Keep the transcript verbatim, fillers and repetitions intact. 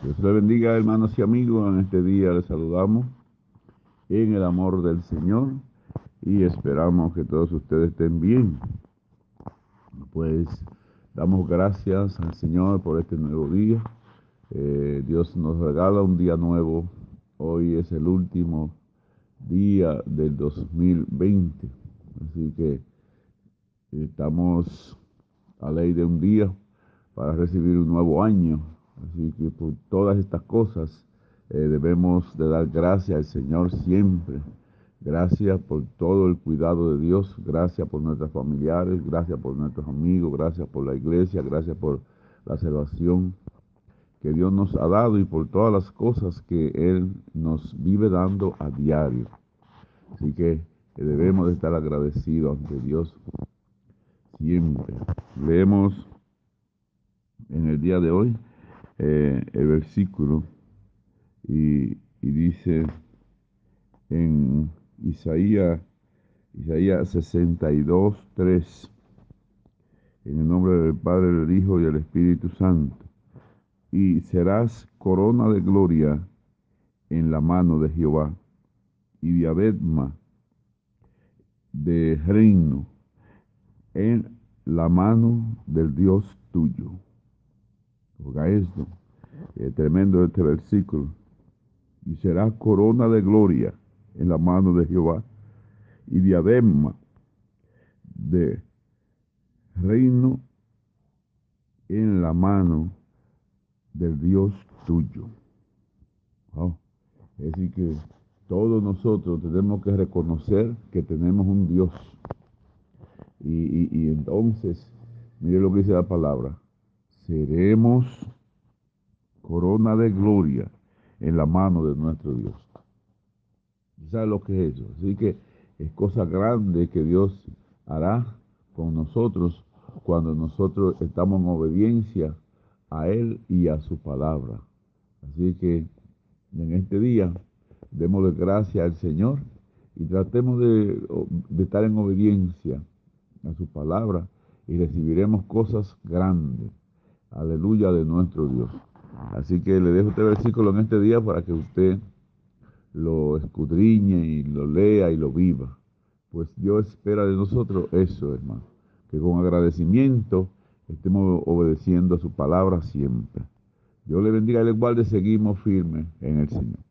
Dios le bendiga, hermanos y amigos. En este día les saludamos en el amor del Señor y esperamos que todos ustedes estén bien. Pues damos gracias al Señor por este nuevo día. Eh, Dios nos regala un día nuevo. Hoy es el último día del dos mil veinte. Así que estamos a ley de un día para recibir un nuevo año. Así que por todas estas cosas eh, debemos de dar gracias al Señor siempre. Gracias por todo el cuidado de Dios, gracias por nuestros familiares, gracias por nuestros amigos, gracias por la iglesia, gracias por la salvación que Dios nos ha dado y por todas las cosas que Él nos vive dando a diario. Así que eh, debemos de estar agradecidos ante Dios siempre. Leemos en el día de hoy eh, el versículo y, y dice en Isaías, Isaías sesenta y dos, tres, en el nombre del Padre, del Hijo y del Espíritu Santo, y serás corona de gloria en la mano de Jehová y diadema de reino en la mano del Dios tuyo. Oiga esto, es tremendo este versículo. Y será corona de gloria en la mano de Jehová y diadema de reino en la mano del Dios tuyo. Oh, es decir que todos nosotros tenemos que reconocer que tenemos un Dios. Y, y, y entonces, mire lo que dice la palabra, seremos corona de gloria en la mano de nuestro Dios. ¿Sabe lo que es eso? Así que es cosa grande que Dios hará con nosotros cuando nosotros estamos en obediencia a Él y a su palabra. Así que en este día démosle gracias al Señor y tratemos de, de estar en obediencia a su palabra y recibiremos cosas grandes. Aleluya de nuestro Dios. Así que le dejo este versículo en este día para que usted lo escudriñe y lo lea y lo viva. Pues Dios espera de nosotros eso, hermano, que con agradecimiento estemos obedeciendo a su palabra siempre. Dios le bendiga y le guarde, seguimos firmes en el Señor.